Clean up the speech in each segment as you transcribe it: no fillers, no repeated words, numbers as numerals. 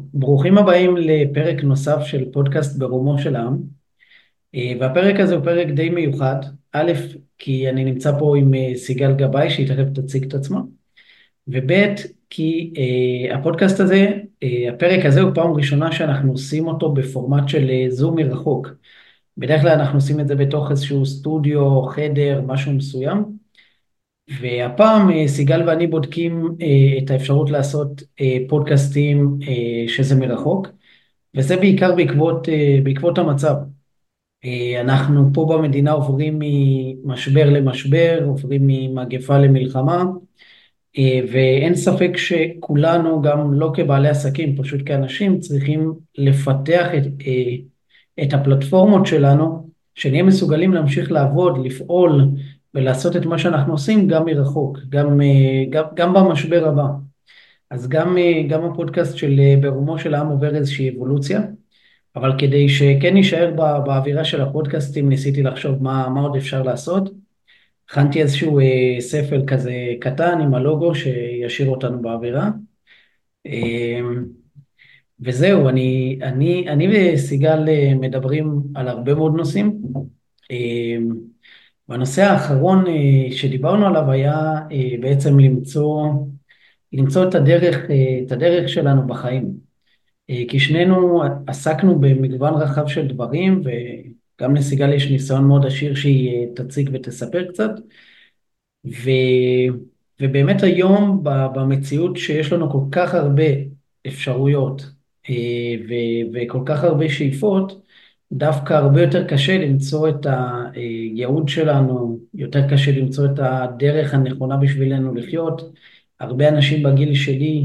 ברוכים הבאים לפרק נוסף של פודקאסט ברומו של העם. והפרק הזה הוא פרק די מיוחד. א', כי אני נמצא פה עם סיגל גבאי, שהיא תכף תציג את עצמה. וב', כי הפודקאסט הזה, הפרק הזה הוא פעם ראשונה שאנחנו עושים אותו בפורמט של זום מרחוק. בדרך כלל אנחנו עושים את זה בתוך איזשהו סטודיו, חדר, משהו מסוים. והפעם סיגל ואני בודקים את האפשרות לעשות פודקאסטים שזה מרחוק. וזה בעיקר בעקבות המצב. אנחנו פה במדינה עוברים ממשבר למשבר, עוברים ממגפה למלחמה, ואין ספק שכולנו, גם לא כבעלי עסקים, פשוט כאנשים, צריכים לפתח את הפלטפורמות שלנו, שנהיה מסוגלים להמשיך לעבוד, לפעול ולעשות את מה שאנחנו עושים גם מרחוק, גם במשבר הבא. אז גם הפודקאסט של ברומו של העם עובר איזושהי אבולוציה. אבל כדי שכן נשאר באווירה של הפודקאסטים, ניסיתי לחשוב מה עוד אפשר לעשות. הכנתי איזשהו ספל כזה קטן עם הלוגו שישאיר אותנו באווירה. אה, וזהו, אני וסיגל מדברים על הרבה מאוד נושאים. אה, והנושא האחרון שדיברנו עליו היה בעצם למצוא את הדרך שלנו בחיים. כי שנינו עסקנו במגוון רחב של דברים, וגם לסיגל יש ניסיון מאוד עשיר שהיא תציג ותספר קצת. ו... ובאמת היום במציאות שיש לנו כל כך הרבה אפשרויות וכל כך הרבה שאיפות, דווקא הרבה יותר קשה למצוא את הייעוד שלנו, יותר קשה למצוא את הדרך הנכונה בשבילנו לחיות. הרבה אנשים בגיל שלי,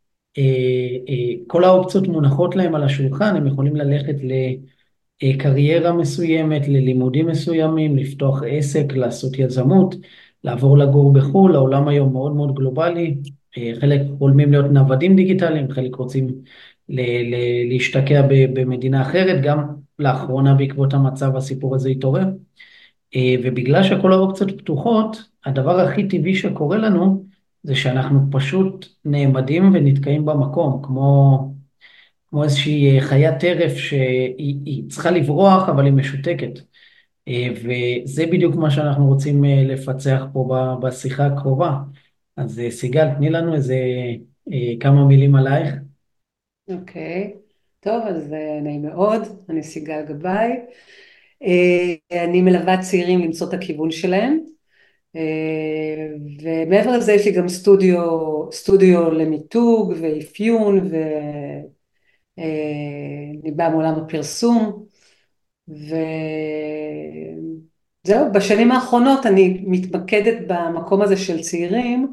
כל האופציות מונחות להם על השולחן, הם יכולים ללכת לקריירה מסוימת, ללימודים מסוימים, לפתוח עסק, לעשות יזמות, לעבור לגור בחו"ל. העולם היום מאוד מאוד גלובלי, חלק חולמים להיות נוודים דיגיטליים, חלק רוצים להשתקע במדינה אחרת, גם לאחרונה בעקבות המצב הסיפור הזה התעורר. ובגלל שכל האופציות פתוחות, הדבר הכי טבעי שקורה לנו, זה שאנחנו פשוט נעמדים ונתקעים במקום, כמו איזושהי חיית טרף שהיא צריכה לברוח, אבל היא משותקת. וזה בדיוק מה שאנחנו רוצים לפצח פה בשיחה הקרובה. אז סיגל, תני לנו איזה כמה מילים עלייך. אוקיי, טוב, אז נעים מאוד, אני סיגל גבאי. אני מלווה צעירים למצוא את הכיוון שלהם, אה, ומעבר לזה יש לי גם סטודיו למיתוג ואפיון, ואני באה מעולם הפרסום, וזהו, בשנים האחרונות אני מתמקדת במקום הזה של צעירים,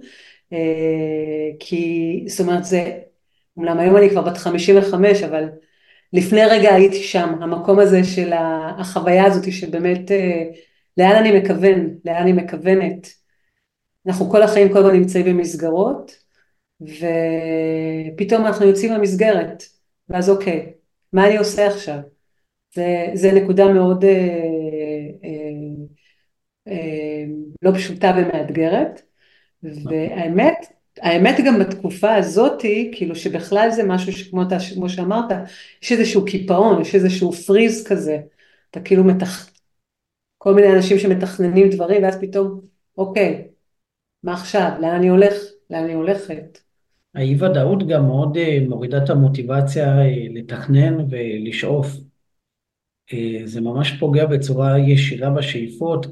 כי זאת אומרת זה, אומנם היום אני כבר בת 55, אבל לפני רגע הייתי שם, המקום הזה של החוויה הזאת שבאמת, לאן אני מכוון, לאן אני מכוונת. אנחנו כל החיים כל הזמן נמצאים במסגרות, ופתאום אנחנו יוצאים מהמסגרת, ואז אוקיי, מה אני עושה עכשיו? זה נקודה מאוד אה, לא פשוטה ומאתגרת, האמת גם בתקופה הזאת, כאילו שבכלל זה משהו כמו שאמרת, יש איזשהו קיפאון, יש איזשהו פריז כזה, אתה כאילו כל מיני אנשים שמתכננים דברים, ואז פתאום, אוקיי, מה עכשיו? לאן אני הולך? לאן אני הולכת? האי-ודאות גם מאוד מורידה את המוטיבציה לתכנן ולשאוף. זה ממש פוגע בצורה ישירה בשאיפות,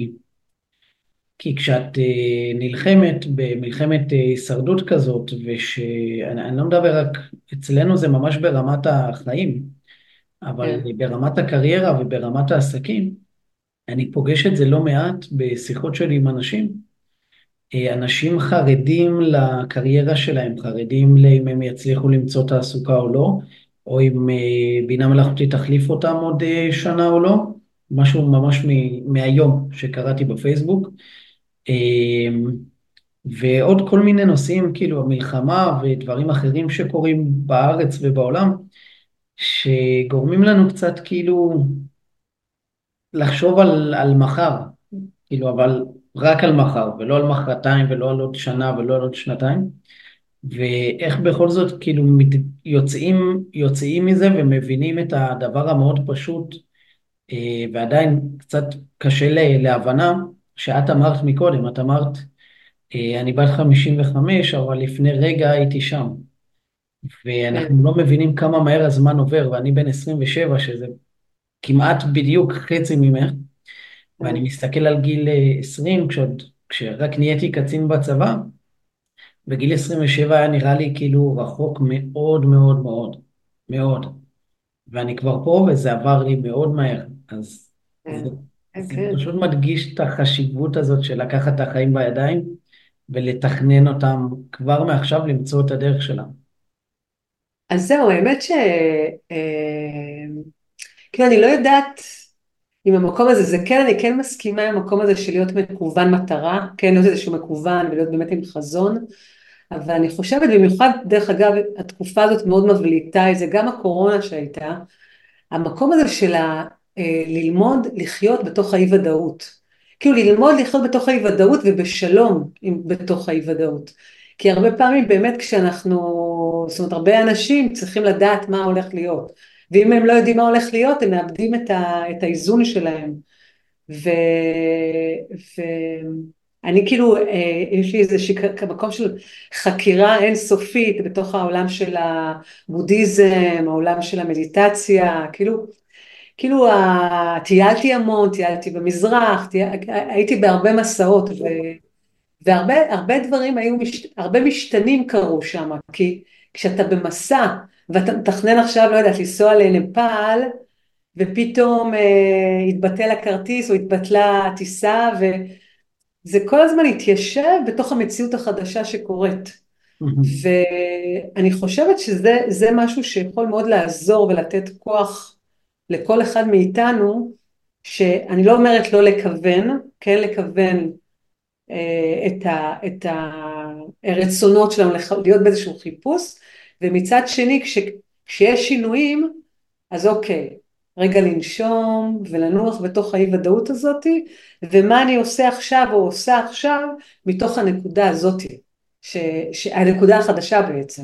כי כשאת נלחמת במלחמת הישרדות כזאת, אני לא מדבר רק אצלנו, זה ממש ברמת החיים, אבל כן, ברמת הקריירה וברמת העסקים, אני פוגש את זה לא מעט בשיחות שלי עם אנשים. אנשים חרדים לקריירה שלהם, חרדים אם הם יצליחו למצוא תעסוקה או לא, או אם בינה מלאכותית תחליף אותם עוד שנה או לא, משהו ממש מהיום שקראתי בפייסבוק. ועוד כל מיני נושאים, כאילו המלחמה ודברים אחרים שקורים בארץ ובעולם, שגורמים לנו קצת כאילו לחשוב על מחר, כאילו, אבל רק על מחר, ולא על מחרתיים, ולא על עוד שנה, ולא על עוד שנתיים. ואיך בכל זאת כאילו יוצאים מזה ומבינים את הדבר המאוד פשוט, ועדיין קצת קשה להבנה, שאת אמרת מקודם, את אמרת, אני בת 55, אבל לפני רגע הייתי שם. כן, ואנחנו לא מבינים כמה מהר הזמן עובר, ואני בן 27, שזה כמעט בדיוק חצי ממך, ואני כן. מסתכל על גיל 20, כשרק נהייתי קצין בצבא, בגיל 27 היה נראה לי כאילו רחוק מאוד מאוד מאוד, מאוד. ואני כבר פה וזה עבר לי מאוד מהר. אז כן, זה, כן, זה כן. פשוט מדגיש את החשיבות הזאת של לקחת את החיים בידיים ולתכנן אותם כבר מעכשיו, למצוא את הדרך שלם. אז זהו, האמת כאילו אני לא יודעת אם המקום הזה, זה כן, אני כן מסכימה עם המקום הזה של להיות מקוון מטרה, כן, להיות איזשהו מקוון ולהיות באמת עם חזון, אבל אני חושבת במיוחד, דרך אגב, התקופה הזאת מאוד מבליטה את זה, גם הקורונה שהייתה, המקום הזה של ללמוד לחיות בתוך האי-ודאות. כאילו ללמוד לחיות בתוך האי-ודאות ובשלום בתוך האי-ודאות. כי הרבה פעמים באמת כשאנחנו, זאת אומרת הרבה אנשים צריכים לדעת מה הולך להיות. ואם הם לא יודעים מה הולך להיות, הם מאבדים את האיזון שלהם. ו... ואני כאילו, יש לי איזה מקום של חקירה אינסופית בתוך העולם של הבודהיזם, העולם של המדיטציה, כאילו טיילתי המון, טיילתי במזרח, הייתי בהרבה מסעות, והרבה הרבה דברים היו, הרבה משתנים קרו שם, כי כשאתה במסע, ואתה מתכנן עכשיו, לא יודעת, לנסוע לנפאל, ופתאום התבטל הכרטיס, או התבטלה הטיסה, וזה כל הזמן התיישב בתוך המציאות החדשה שקורית. ואני חושבת שזה משהו שיכול מאוד לעזור ולתת כוח לכל אחד מאיתנו, שאני לא אומרת לא לכוון, כן לכוון את הרצונות שלנו להיות באיזשהו חיפוש, ומצד שני כשיש שינויים, אז אוקיי, רגע לנשום ולנוח בתוך האי ודאות הזאת, ומה אני עושה עכשיו או עושה עכשיו מתוך הנקודה הזאת, הנקודה החדשה בעצם.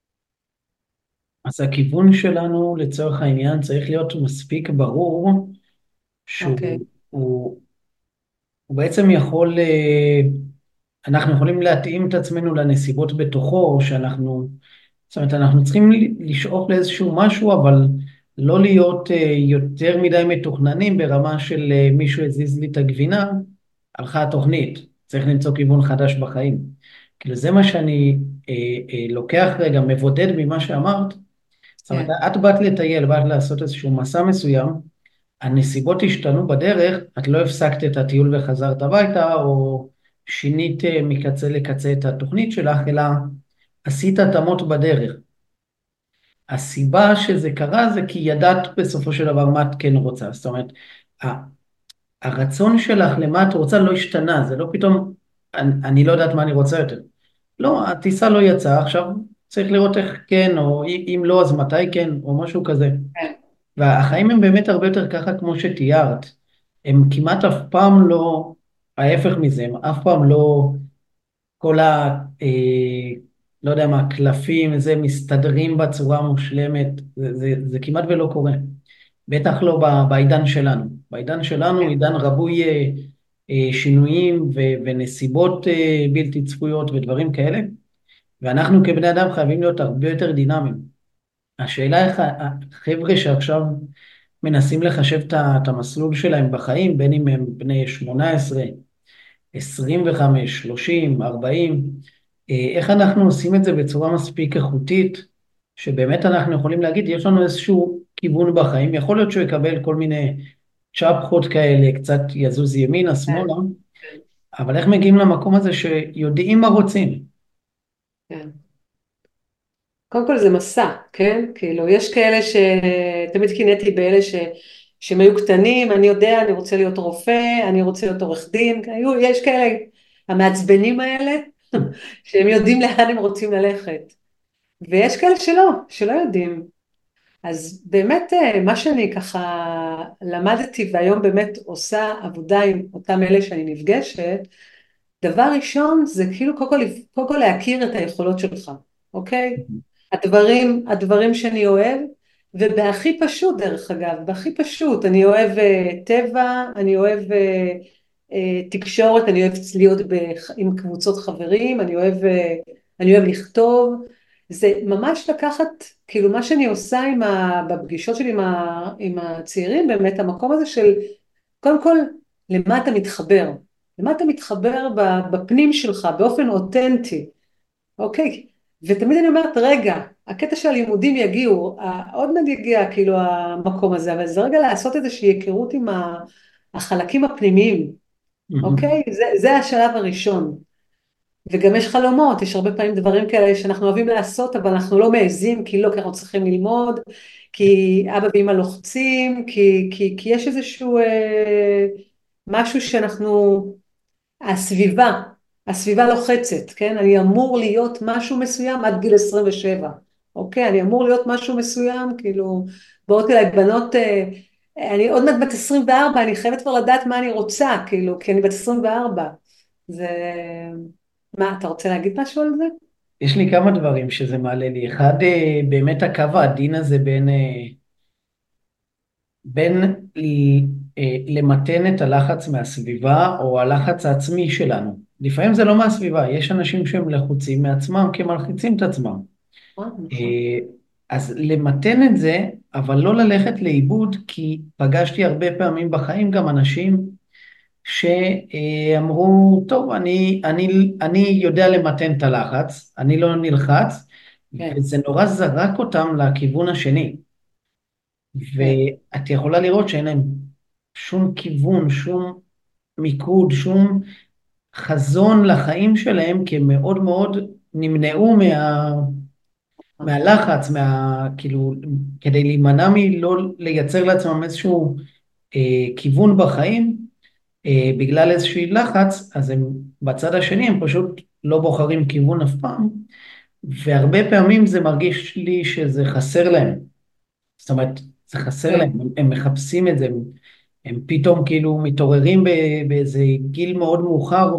אז הכיוון שלנו לצורך העניין צריך להיות מספיק ברור שהוא אוקיי, הוא, הוא בעצם יכול, אנחנו יכולים להתאים את עצמנו לנסיבות בתוכו, או שאנחנו, זאת אומרת, אנחנו צריכים לשאוף לאיזשהו משהו, אבל לא להיות יותר מדי מתוכננים ברמה של מישהו הזיז לי את הגבינה, הלכה התוכנית, צריך למצוא כיוון חדש בחיים. כאילו זה מה שאני לוקח רגע, מבודד ממה שאמרת. זאת אומרת, כן, את באת לטייל, באת לעשות איזשהו מסע מסוים, הנסיבות השתנו בדרך, את לא הפסקת את הטיול וחזרת הביתה, או שינית מקצה לקצה את התוכנית שלך, אלא עשית התאמות בדרך. הסיבה שזה קרה זה כי ידעת בסופו של דבר מה את כן רוצה. זאת אומרת, ה- הרצון שלך למה את רוצה לא השתנה, זה לא פתאום, אני לא יודעת מה אני רוצה יותר. לא, הטיסה לא יצאה, עכשיו צריך לראות איך כן, או אם לא, אז מתי כן, או משהו כזה. כן, והחיים הם באמת הרבה יותר ככה כמו שתיארת. הם כמעט אף פעם לא, ההפך מזה, הם אף פעם לא, כל לא יודע מה, קלפים, זה מסתדרים בצורה מושלמת, זה כמעט ולא קורה. בטח לא בעידן שלנו. בעידן שלנו, כן. עידן רווי שינויים ונסיבות בלתי צפויות ודברים כאלה, ואנחנו כבני אדם חייבים להיות הרבה יותר דינמיים. השאלה איך החבר'ה שעכשיו מנסים לחשב את המסלול שלהם בחיים, בין אם הם בני 18, 25, 30, 40, איך אנחנו עושים את זה בצורה מספיק איכותית, שבאמת אנחנו יכולים להגיד, יש לנו איזשהו כיוון בחיים, יכול להיות שהוא יקבל כל מיני צ'פחות כאלה, קצת יזוז ימינה, כן, שמאלה, אבל איך מגיעים למקום הזה שיודעים מה רוצים? כן. קודם כל זה מסע, כן? כאילו, יש כאלה שתמיד קינאתי באלה שהם היו קטנים, אני יודע, אני רוצה להיות רופא, אני רוצה להיות עורך דין, יש כאלה, המעצבנים האלה, שהם יודעים לאן הם רוצים ללכת. ויש כאלה שלא יודעים. אז באמת, מה שאני ככה למדתי, והיום באמת עושה עבודה עם אותם אלה שאני נפגשת, דבר ראשון זה כאילו קודם כל להכיר את היכולות שלך, אוקיי? הדברים שאני אוהב, ובהכי פשוט דרך אגב, בהכי פשוט, אני אוהב טבע, אני אוהב תקשורת, אני אוהב להיות עם קבוצות חברים, אני אוהב לכתוב, זה ממש לקחת, כאילו מה שאני עושה בפגישות שלי עם הצעירים, באמת המקום הזה של, קודם כל, למה אתה מתחבר? למה אתה מתחבר בפנים שלך, באופן אותנטי, אוקיי? ותמיד אני אומרת, רגע, הקטע של הלימודים יגיעו, עוד מעט יגיע כאילו המקום הזה, אבל זה רגע לעשות איזושהי היכרות עם החלקים הפנימיים, מהמם. אוקיי? זה השלב הראשון. וגם יש חלומות, יש הרבה פעמים דברים כאלה שאנחנו אוהבים לעשות, אבל אנחנו לא מעזים, כי לא, כי אנחנו צריכים ללמוד, כי אבא ואמא לוחצים, כי יש איזשהו משהו שאנחנו, הסביבה, הסביבה לוחצת, כן? אני אמור להיות משהו מסוים עד גיל 27, אוקיי? אני אמור להיות משהו מסוים, כאילו, באות אליי בנות, אני עוד מעט בת 24, אני חייבת כבר לדעת מה אני רוצה, כאילו, כי אני בת 24. זה... מה, אתה רוצה להגיד משהו על זה? יש לי כמה דברים שזה מעלה לי. אחד, באמת הקו העדין הזה בין למתן את הלחץ מהסביבה או הלחץ העצמי שלנו. לפעמים זה לא מהסביבה, יש אנשים שהם לחוצים מעצמם כי הם מלחיצים את עצמם. נכון. אה, אז למתן את זה, אבל לא ללכת לאיבוד, כי פגשתי הרבה פעמים בחיים גם אנשים שאמרו, טוב, אני יודע למתן את הלחץ, אני לא נלחץ, כן, וזה נורא זרק אותם לכיוון השני. כן, ואת יכולה לראות שאין להם שום כיוון, שום מיקוד, שום חזון לחיים שלהם, כי הם מאוד מאוד נמנעו מהלחץ, כאילו, כדי להימנע מלא לייצר לעצמם איזשהו כיוון בחיים, בגלל איזשהו לחץ, אז הם בצד השני, הם פשוט לא בוחרים כיוון אף פעם, והרבה פעמים זה מרגיש לי שזה חסר להם. זאת אומרת, זה חסר להם, כן, הם מחפשים את זה, הם פתאום כאילו מתעוררים באיזה גיל מאוד מאוחר,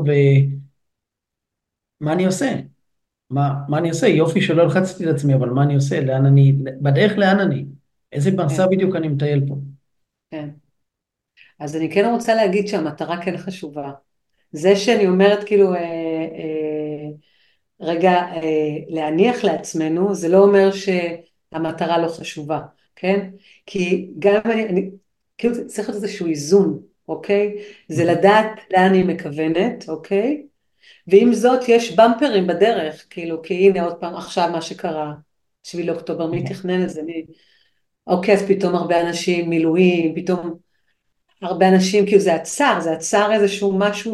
ומה אני עושה? מה אני עושה? יופי שלא לחצתי את עצמי, אבל מה אני עושה? בדרך לאן אני? איזה מסע כן, בדיוק אני מטייל פה? כן. אז אני כן רוצה להגיד שהמטרה כן חשובה. זה שאני אומרת כאילו, רגע, להניח לעצמנו, זה לא אומר שהמטרה לא חשובה, כן? כי גם כאילו צריך להיות איזשהו איזון, אוקיי? זה לדעת לאן אני מכוונת, אוקיי? ועם זאת יש במפרים בדרך, כאילו, כי הנה עוד פעם עכשיו מה שקרה, 7 לאוקטובר, מי נכון, תכנן את זה? אוקיי, אז פתאום הרבה אנשים מילואים, פתאום הרבה אנשים, כאילו זה עצר איזשהו משהו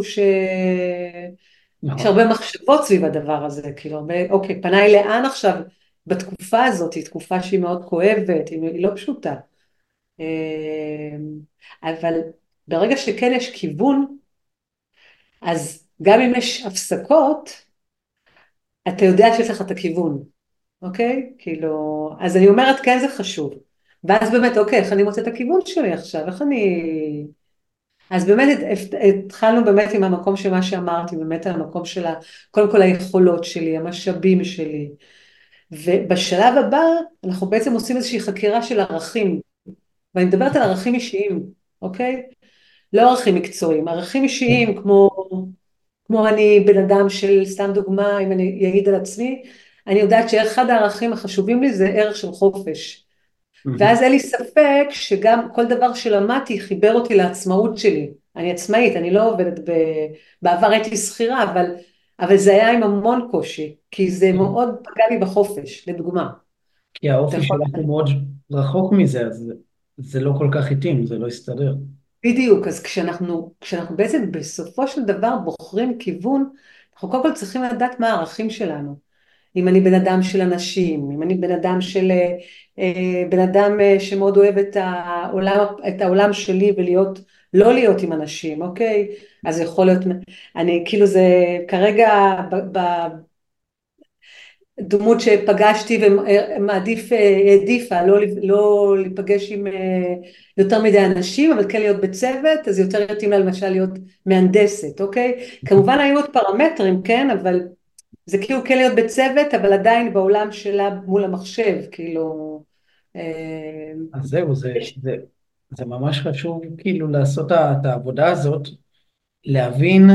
יש נכון. הרבה מחשבות סביב הדבר הזה, כאילו הרבה, אוקיי, פניי לאן עכשיו בתקופה הזאת, היא תקופה שהיא מאוד כואבת, היא לא פשוטה. אה, אבל ברגע שכן יש כיוון, אז גם אם יש הפסקות, אתה יודע שיש לך את הכיוון, אוקיי? כאילו, אז אני אומרת, כן זה חשוב. ואז באמת, אוקיי, איך אני מוצא את הכיוון שלי עכשיו? איך אני... אז באמת התחלנו באמת עם המקום של מה שאמרתי, באמת על המקום של קודם כל היכולות שלי, המשאבים שלי. ובשלב הבא אנחנו בעצם עושים איזושהי חקירה של ערכים, ואני מדברת על ערכים אישיים, אוקיי? לא ערכים מקצועיים, ערכים אישיים כמו אני בן אדם של, סתם דוגמה, אם אני אגיד על עצמי, אני יודעת שאחד הערכים החשובים לי זה ערך של חופש. מהמם. ואז אין לי ספק שגם כל דבר שלמדתי חיבר אותי לעצמאות שלי. אני עצמאית, אני לא עובדת בעבר הייתי שכירה, אבל זה היה עם המון קושי, כי זה מאוד פגע לי בחופש, לדוגמה. כי אתה האופי יכול... שלך הוא מאוד רחוק מזה, אז זה לא כל כך התאים, זה לא יסתדר. בדיוק, אז כשאנחנו בעצם בסופו של דבר בוחרים כיוון, אנחנו קודם כל צריכים לדעת מה הערכים שלנו. אם אני בן אדם של אנשים, אם אני בן אדם של, בן אדם שמאוד אוהב את העולם שלי ולהיות, לא להיות עם אנשים, אוקיי? אז יכול להיות, אני כאילו זה כרגע דמות שפגשתי ומעדיף, העדיפה לא להיפגש עם יותר מדי אנשים, אבל כן להיות בצוות, אז יותר יתאים לה למשל להיות מהנדסת, אוקיי? כמובן היו עוד פרמטרים, כן, אבל זה כאילו כן להיות בצוות, אבל עדיין בעולם שלה מול המחשב, כאילו, אה, אז זהו, זה ממש חשוב כאילו לעשות את העבודה הזאת, להבין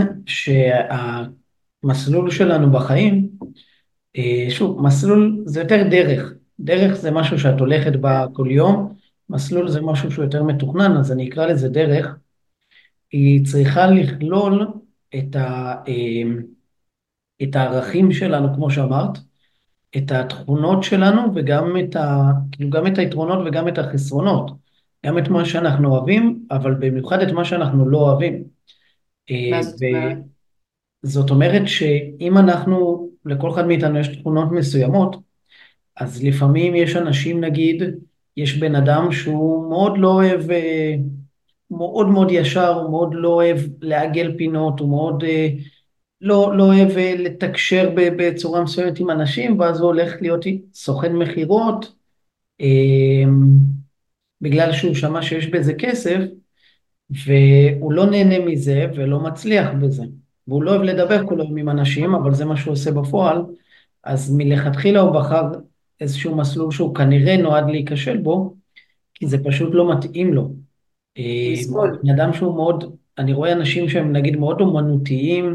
שהמסלול שלנו בחיים, שוב, מסלול זה יותר דרך. דרך זה משהו שאת הולכת בה כל יום, מסלול זה משהו שהוא יותר מתוכנן, אז אני אקרא לזה דרך. היא צריכה לכלול את את הערכים שלנו, כמו שאמרת, את התכונות שלנו וגם כאילו גם את היתרונות וגם את החסרונות. גם את מה שאנחנו אוהבים, אבל במיוחד את מה שאנחנו לא אוהבים. מה זאת אומרת? וזאת אומרת שאם אנחנו, לכל אחד מאיתנו יש תכונות מסוימות, אז לפעמים יש אנשים, נגיד, יש בן אדם שהוא מאוד לא אוהב, מאוד מאוד ישר, הוא מאוד לא אוהב לעגל פינות, הוא מאוד לא אוהב לתקשר בצורה מסוימת עם אנשים, ואז הוא הולך להיות סוכן מכירות, אה, בגלל שהוא שמע שיש בזה כסף, והוא לא נהנה מזה ולא מצליח בזה. והוא לא אוהב לדבר כל היום עם אנשים, אבל זה מה שהוא עושה בפועל, אז מלכתחילה הוא בחר איזשהו מסלול שהוא כנראה נועד להיכשל בו, כי זה פשוט לא מתאים לו. לסבול. בן אדם שהוא מאוד, אני רואה אנשים שהם נגיד מאוד אומנותיים,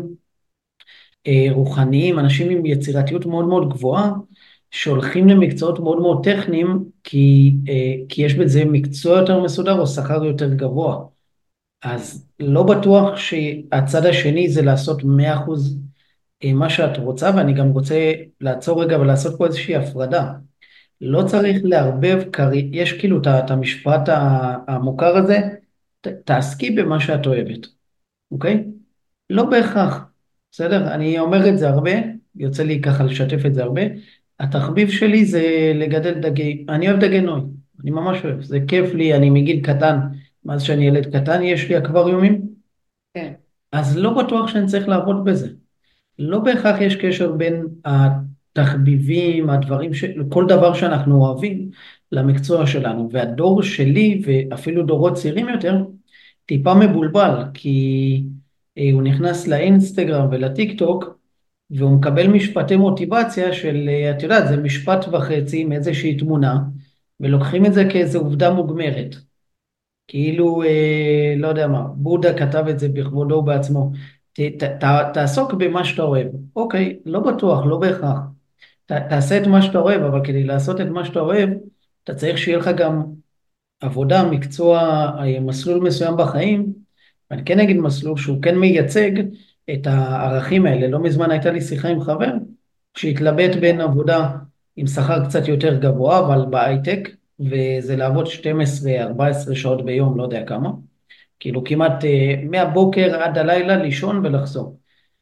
רוחניים, אנשים עם יצירתיות מאוד מאוד גבוהה, שהולכים למקצועות מאוד מאוד טכניים, כי יש בזה מקצוע יותר מסודר או שכר יותר גבוה. אז לא בטוח שהצד השני זה לעשות 100% מה שאת רוצה, ואני גם רוצה לעצור רגע ולעשות פה איזושהי הפרדה. לא צריך אוקיי. לערבב, יש כאילו את המשפט המוכר הזה, תעסקי במה שאת אוהבת, אוקיי? לא בהכרח, בסדר? אני אומר את זה הרבה, יוצא לי ככה לשתף את זה הרבה. התחביב שלי זה לגדל דגי, אני אוהב דגי נוי, אני ממש אוהב, זה כיף לי, אני מגיל קטן, מאז שאני ילד קטן יש לי אקווריומים, כן. אז לא בטוח שאני צריך לעבוד בזה. לא בהכרח יש קשר בין התחביבים, הדברים, כל דבר שאנחנו אוהבים למקצוע שלנו. והדור שלי, ואפילו דורות צעירים יותר, טיפה מבולבל, כי הוא נכנס לאינסטגרם ולטיק טוק, והוא מקבל משפטי מוטיבציה של, את יודעת, זה משפט וחצי עם איזושהי תמונה, ולוקחים את זה כאיזו עובדה מוגמרת. כאילו, לא יודע מה, בודה כתב את זה בכבודו ובעצמו. תעסוק במה שאתה אוהב. אוקיי, לא בטוח, לא בהכרח. תעשה את מה שאתה אוהב, אבל כדי לעשות את מה שאתה אוהב, אתה צריך שיהיה לך גם עבודה, מקצוע, מסלול מסוים בחיים. אני כן אגיד מסלול שהוא כן מייצג את הערכים האלה. לא מזמן הייתה לי שיחה עם חבר, שהתלבט בין עבודה עם שכר קצת יותר גבוה, אבל בהייטק, וזה לעבוד 12-14 שעות ביום, לא יודע כמה. כאילו כמעט מהבוקר עד הלילה לישון ולחזור.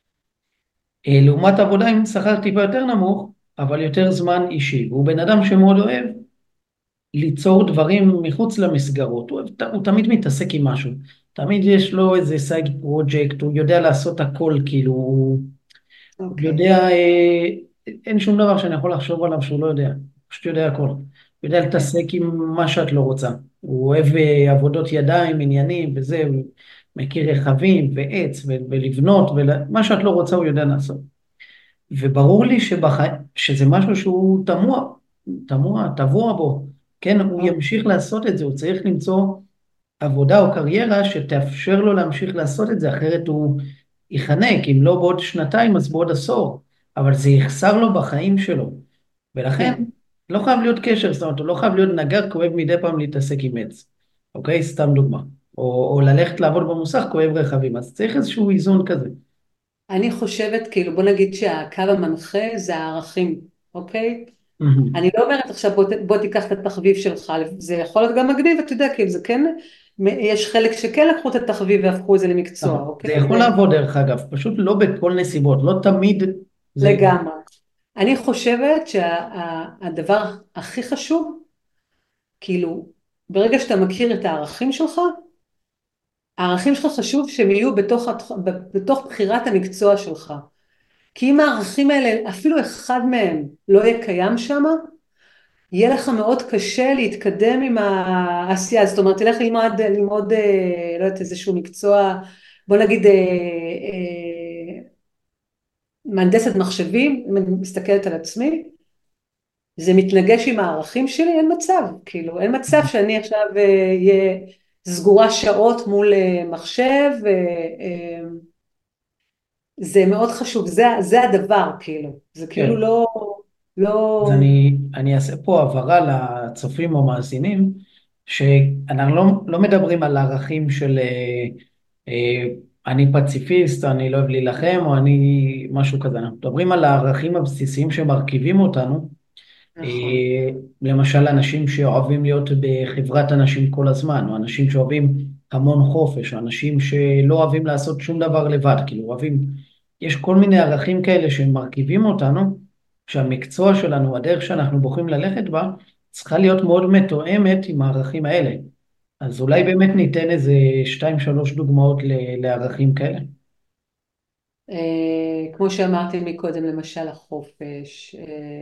לעומת עבודה עם שכר טיפה יותר נמוך, אבל יותר זמן אישי. והוא בן אדם שמאוד אוהב ליצור דברים מחוץ למסגרות. הוא תמיד מתעסק עם משהו. תמיד יש לו איזה סייד פרויקט, הוא יודע לעשות הכל, כאילו, הוא אוקיי. יודע, אין שום דבר שאני יכול לחשוב עליו שהוא לא יודע. הוא פשוט יודע הכל. הוא יודע כן. להתעסק עם מה שאת לא רוצה. הוא אוהב עבודות ידיים, עניינים וזה, הוא מכיר רכבים ועץ ולבנות, ומה שאת לא רוצה הוא יודע לעשות. וברור לי שזה משהו שהוא טבוע בו. כן, הוא אוקיי. ימשיך לעשות את זה, הוא צריך למצוא עבודה או קריירה שתאפשר לו להמשיך לעשות את זה, אחרת הוא ייחנק, אם לא בעוד שנתיים אז בעוד עשור, אבל זה יחסר לו בחיים שלו. ולכן כן. לא חייב להיות קשר, זאת אומרת, הוא לא חייב להיות נגר כואב מדי פעם להתעסק עם עץ. אוקיי? סתם דוגמה. או ללכת לעבוד במוסך כואב רכבים, אז צריך איזשהו איזון כזה. אני חושבת, כאילו, בוא נגיד שהקו המנחה זה הערכים, אוקיי? מהמם. אני לא אומרת עכשיו בוא תיקח את התחביב שלך, זה יכול להיות גם מגניב, אתה יודע, כאילו זה כן, יש חלק שכן לקחו את התחביב והפכו את זה למקצוע, נכון. אוקיי? זה יכול לעבוד דרך אגב, פשוט לא בכל נסיבות, לא תמיד זה... לגמרי. אני חושבת שהדבר הכי חשוב, כאילו, ברגע שאתה מכיר את הערכים שלך, הערכים שלך חשוב שהם יהיו בתוך בחירת המקצוע שלך. כי אם הערכים האלה, אפילו אחד מהם לא יהיה קיים שם, יהיה לך מאוד קשה להתקדם עם העשייה. זאת אומרת, תלך ללמוד לא יודעת, איזשהו מקצוע, בוא נגיד, מהנדסת מחשבים, אם אני מסתכלת על עצמי, זה מתנגש עם הערכים שלי, אין מצב, כאילו, אין מצב שאני עכשיו אהיה סגורה שעות מול מחשב, זה מאוד חשוב, זה הדבר, כאילו, זה כאילו כן. לא, לא, אז אני אעשה פה הבהרה לצופים או מאזינים, שאנחנו לא מדברים על ערכים של אה, אני פציפיסט, אני לא אוהב להילחם, או אני משהו כזה. אנחנו מדברים על הערכים הבסיסיים שמרכיבים אותנו. נכון, אה, למשל, אנשים שאוהבים להיות בחברת אנשים כל הזמן, או אנשים שאוהבים המון חופש, או אנשים שלא אוהבים לעשות שום דבר לבד, כאילו אוהבים, יש כל מיני ערכים כאלה שמרכיבים אותנו, שהמקצוע שלנו, הדרך שאנחנו בוחרים ללכת בה, צריכה להיות מאוד מתואמת עם הערכים האלה. אז אולי כן. באמת ניתן איזה שתיים, שלוש דוגמאות לערכים כאלה. כמו שאמרתי מקודם, למשל החופש,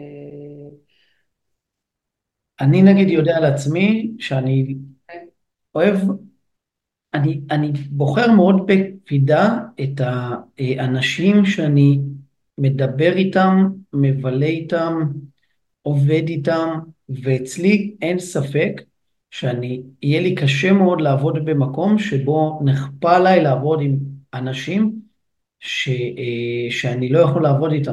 אני נגיד כאילו, יודע על עצמי שאני אוהב אני בוחר מאוד בקפידה את האנשים שאני מדבר איתם, מבלה איתם, עובד איתם, ואצלי אין ספק יהיה לי קשה מאוד לעבוד במקום שבו נכפה עליי לעבוד עם אנשים שאני לא יכול לעבוד איתם.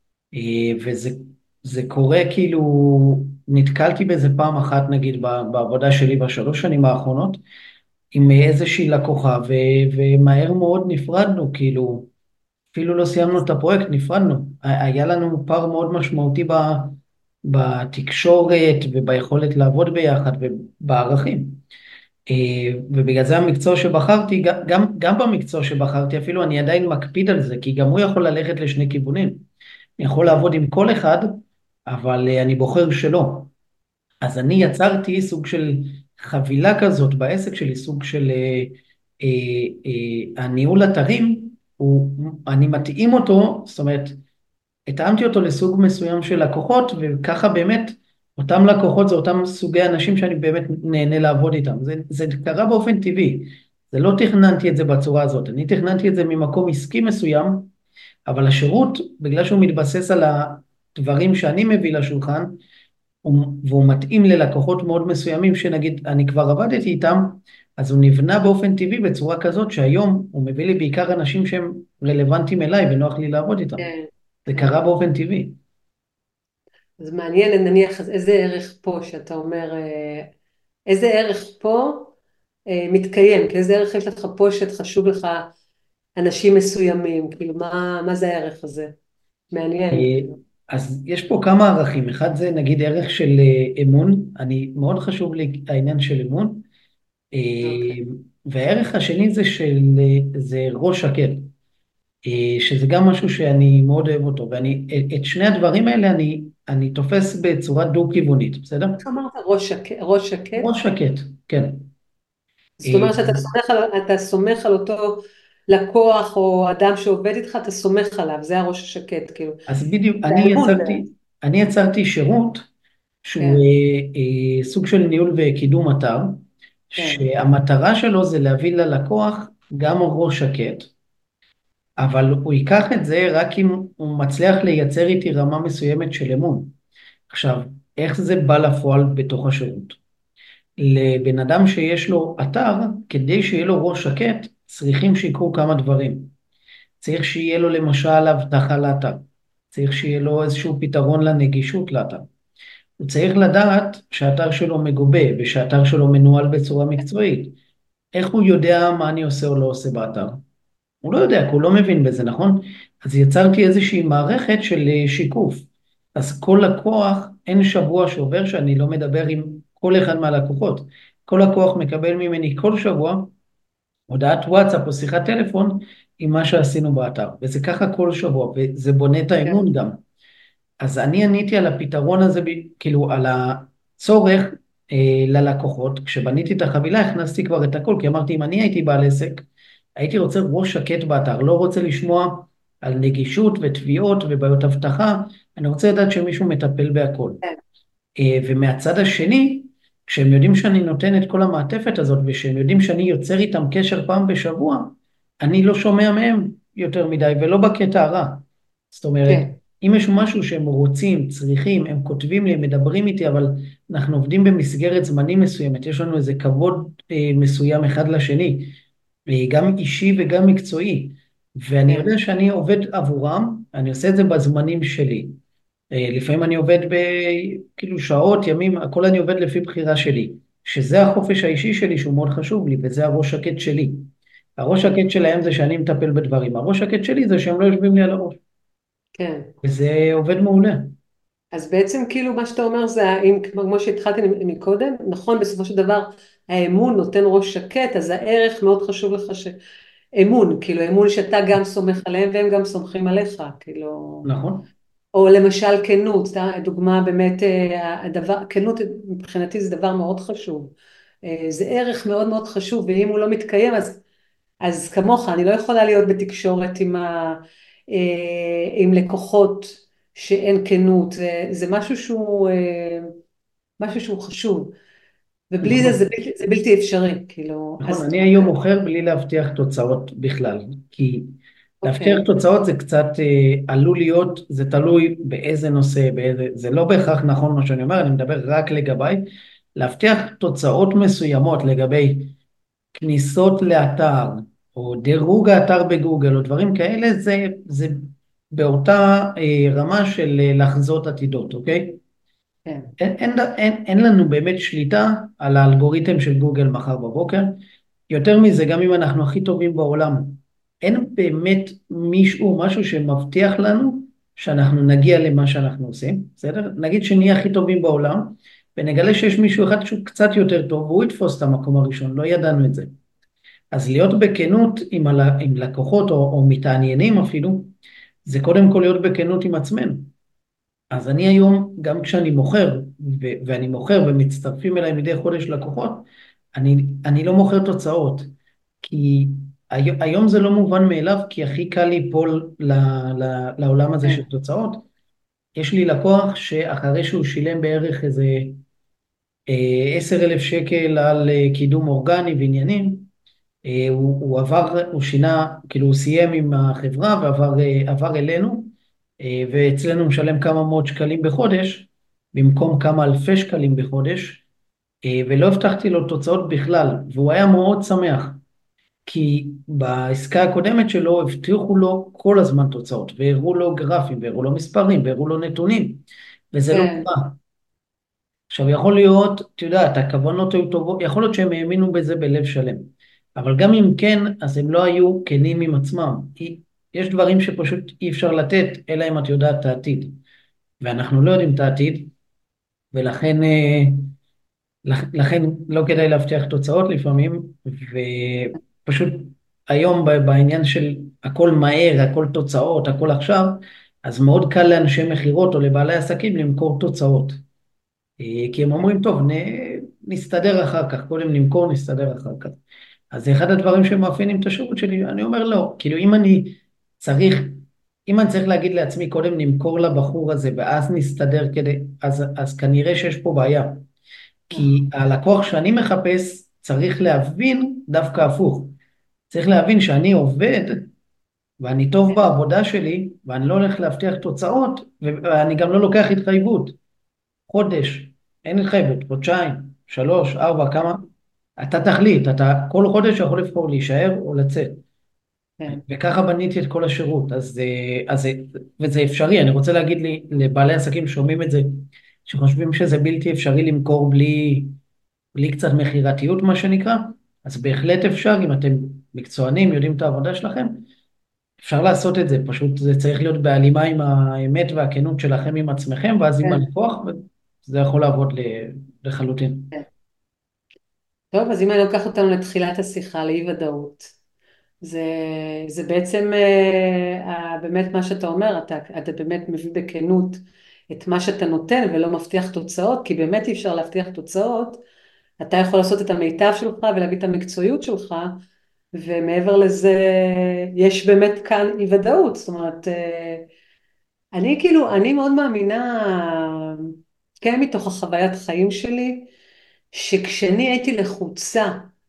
וזה קורה כאילו, נתקלתי בזה פעם אחת נגיד בעבודה שלי בשלוש שנים האחרונות, עם איזושהי לקוחה, ומהר מאוד נפרדנו, כאילו, אפילו לא סיימנו את הפרויקט, נפרדנו. היה לנו פער מאוד משמעותי בתקשורת וביכולת לעבוד ביחד ובערכים. ובגלל זה המקצוע שבחרתי, גם במקצוע שבחרתי, אפילו אני עדיין מקפיד על זה, כי גם הוא יכול ללכת לשני כיוונים. אני יכול כן, לעבוד עם כל אחד, אבל אני בוחר שלא. אז אני כן, יצרתי סוג של חבילה כזאת בעסק שלי, סוג של הניהול אתרים, אני מתאים אותו, זאת אומרת, התאמתי אותו לסוג מסוים של לקוחות, וככה באמת, אותם לקוחות זה אותם סוגי אנשים שאני באמת נהנה לעבוד איתם. זה קרה באופן טבעי, זה לא תכננתי את זה בצורה הזאת, אני תכננתי את זה ממקום עסקי מסוים, אבל השירות, בגלל שהוא מתבסס על הדברים שאני מביא לשולחן, והוא מתאים ללקוחות מאוד מסוימים שנגיד אני כבר עבדתי איתם, אז הוא נבנה באופן טבעי בצורה כזאת שהיום הוא מביא לי בעיקר אנשים שהם רלוונטיים אליי ונוח לי לעבוד איתם. כן, זה כן. קרה באופן טבעי. אז מעניין, נניח, אז איזה ערך פה שאתה אומר, איזה ערך פה מתקיים, כי איזה ערך יש לך פה שחשוב לך אנשים מסוימים, כאילו, מה זה הערך הזה? אה, מעניין, כאילו. אז יש פה כמה ערכים, אחד זה נגיד ערך של אמון, מאוד חשוב לי העניין של אמון, אה, אוקיי. והערך השני זה ראש שקט. שזה גם משהו שאני מאוד אוהב אותו, ואני, את שני הדברים האלה אני תופס בצורה דו-כיוונית, בסדר? איך אמרת? ראש שקט? ראש שקט, כן. זאת אה, אומרת אתה סומך על אותו לקוח או אדם שעובד איתך, אתה סומך עליו, זה הראש השקט, כאילו. אז בדיוק, זה אמון בעצם. אני יצרתי שירות שהוא כן, סוג של ניהול וקידום אתר, כן, שהמטרה שלו זה להביא ללקוח גם ראש שקט, אבל הוא ייקח את זה רק אם הוא מצליח לייצר איתי רמה מסוימת של אמון. עכשיו, איך זה בא לפועל בתוך השירות? לבן אדם שיש לו אתר, כדי שיהיה לו ראש שקט, צריכים שיקרו כמה דברים. צריך שיהיה לו למשל אבטחה לאתר. צריך שיהיה לו איזשהו פתרון לנגישות לאתר. הוא צריך לדעת שהאתר שלו מגובה ושהאתר שלו מנוהל בצורה מקצועית. איך הוא יודע מה אני עושה או לא עושה באתר? הוא לא יודע, כי הוא לא מבין בזה, נכון? אז יצרתי איזושהי מערכת של שיקוף. אז כל לקוח, אין שבוע שעובר שאני לא מדבר עם כל אחד מהלקוחות. כל לקוח מקבל ממני כל שבוע הודעת וואטסאפ או שיחת טלפון עם מה שעשינו באתר. וזה ככה כל שבוע, וזה בונה את כן, האמון גם. אז אני עניתי על הפתרון הזה, כאילו על הצורך ללקוחות. כשבניתי את החבילה הכנסתי כבר את הכל, כי אמרתי אם אני הייתי בעל עסק, הייתי רוצה ראש שקט באתר, לא רוצה לשמוע על נגישות ותביעות ובעיות אבטחה, אני רוצה לדעת שמישהו מטפל בהכל. כן, ומהצד השני, כשהם יודעים שאני נותן את כל המעטפת הזאת, ושהם יודעים שאני יוצר איתם קשר פעם בשבוע, אני לא שומע מהם יותר מדי, ולא בקטע הרע. זאת אומרת, כן, אם יש משהו שהם רוצים, צריכים, הם כותבים לי, הם מדברים איתי, אבל אנחנו עובדים במסגרת זמנים מסוימת, יש לנו איזה כבוד מסוים אחד לשני, גם אישי וגם מקצועי, ואני כן, יודע שאני עובד עבורם, אני עושה את זה בזמנים שלי. לפעמים אני עובד כאילו שעות, ימים, הכל אני עובד לפי בחירה שלי, שזה החופש האישי שלי שהוא מאוד חשוב לי, וזה הראש שקט שלי. הראש כן, שקט שלהם זה שאני מטפל בדברים, הראש שקט שלי זה שהם לא יושבים לי על הראש, כן. וזה עובד מעולה. אז בעצם כאילו מה שאתה אומר זה, אם, כמו שהתחלתי מקודם, נכון, בסופו של דבר האמון נותן ראש שקט, אז הערך מאוד חשוב לך אמון, כאילו אמון שאתה גם סומך עליהם והם גם סומכים עליך, כאילו, נכון? או למשל כנות, דוגמה באמת, כנות מבחינתי זה דבר מאוד חשוב, זה ערך מאוד מאוד חשוב, ואם הוא לא מתקיים אז כמוך, אני לא יכולה להיות בתקשורת עם לקוחות שאין כנות, זה משהו שהוא חשוב, ובלי זה נכון. זה בלתי אפשרי, כאילו, נכון, אז אני היום מוכר בלי להבטיח תוצאות בכלל, כי להבטיח אוקיי, תוצאות זה קצת עלול להיות, זה תלוי באיזה נושא, זה לא בהכרח נכון מה שאני אומר, אני מדבר רק לגביי, להבטיח תוצאות מסוימות לגבי כניסות לאתר, או דירוג האתר בגוגל, או דברים כאלה, זה באותה רמה של לחזות עתידות, אוקיי? כן, אין לנו באמת שליטה על האלגוריתם של גוגל מחר בבוקר. יותר מזה, גם אם אנחנו הכי טובים בעולם, אין באמת משהו שמבטיח לנו שאנחנו נגיע למה שאנחנו עושים, בסדר? נגיד שנהיה הכי טובים בעולם, ונגלה שיש מישהו אחד שהוא קצת יותר טוב, והוא יתפוס את המקום הראשון, לא ידענו את זה. אז להיות בכנות עם לקוחות או מתעניינים אפילו, זה קודם כל להיות בכנות עם עצמנו. אז אני היום, גם כשאני מוכר, ואני מוכר ומצטרפים אליי מדי חודש לקוחות, אני לא מוכר תוצאות, כי היום זה לא מובן מאליו, כי הכי קל ליפול לעולם הזה כן, של תוצאות. יש לי לקוח שאחרי שהוא שילם בערך איזה 10,000 שקל על קידום אורגני ועניינים, הוא שינה, כאילו הוא סיים עם החברה עבר אלינו, ואצלנו משלם כמה מאות שקלים בחודש, במקום כמה אלפי שקלים בחודש, ולא הבטחתי לו תוצאות בכלל, והוא היה מאוד שמח, כי בעסקה הקודמת שלו הבטיחו לו כל הזמן תוצאות, והראו לו גרפים, והראו לו מספרים, והראו לו נתונים, וזה לא כן, קרה. עכשיו יכול להיות, את יודעת, הכוונות היו טובות, יכול להיות שהם האמינו בזה בלב שלם, אבל גם אם כן, אז הם לא היו כנים עם עצמם. יש דברים שפשוט אי אפשר לתת, אלא אם את יודעת את העתיד, ואנחנו לא יודעים את העתיד, ולכן לכן לא כדאי להבטיח תוצאות לפעמים, ופשוט היום בעניין של הכל מהר, הכל תוצאות, הכל עכשיו, אז מאוד קל לאנשי מכירות או לבעלי עסקים למכור תוצאות. כי הם אומרים, טוב, נסתדר אחר כך, קודם נמכור, נסתדר אחר כך. אז זה אחד הדברים שמאפיינים את השירות שלי, אני אומר לא, כאילו צריך, אם אני צריך להגיד לעצמי, קודם נמכור לבחור הזה ואז נסתדר אז כנראה שיש פה בעיה. כי נכון, הלקוח שאני מחפש צריך להבין דווקא הפוך. צריך להבין שאני עובד ואני טוב כן, בעבודה שלי ואני לא הולך להבטיח תוצאות ואני גם לא לוקח התחייבות. חודש, אין התחייבות, חודשיים, שלוש, ארבע, כמה? אתה תחליט, אתה כל חודש יכול לבחור להישאר או לצאת. כן, וככה בניתי את כל השירות, וזה אפשרי, אני רוצה להגיד לבעלי עסקים ששומעים את זה, שחושבים שזה בלתי אפשרי למכור בלי קצת מכירתיות מה שנקרא, אז בהחלט אפשר, אם אתם מקצוענים, יודעים את העבודה שלכם, אפשר לעשות את זה, פשוט זה צריך להיות בהלימה עם האמת והכנות שלכם עם עצמכם, ואז עם כן, הלקוח, וזה יכול לעבוד לחלוטין. כן. טוב, אז אם אני לוקחת אותנו לתחילת השיחה, לאי ודאות, זה, זה בעצם באמת מה שאתה אומר, אתה באמת מביא בכנות את מה שאתה נותן ולא מבטיח תוצאות, כי באמת אי אפשר להבטיח תוצאות, אתה יכול לעשות את המיטב שלך ולהביא את המקצועיות שלך, ומעבר לזה, יש באמת כאן אי ודאות, זאת אומרת, אני כאילו, אני מאוד מאמינה, כן, מתוך החוויית חיים שלי, שכשאני הייתי לחוצה,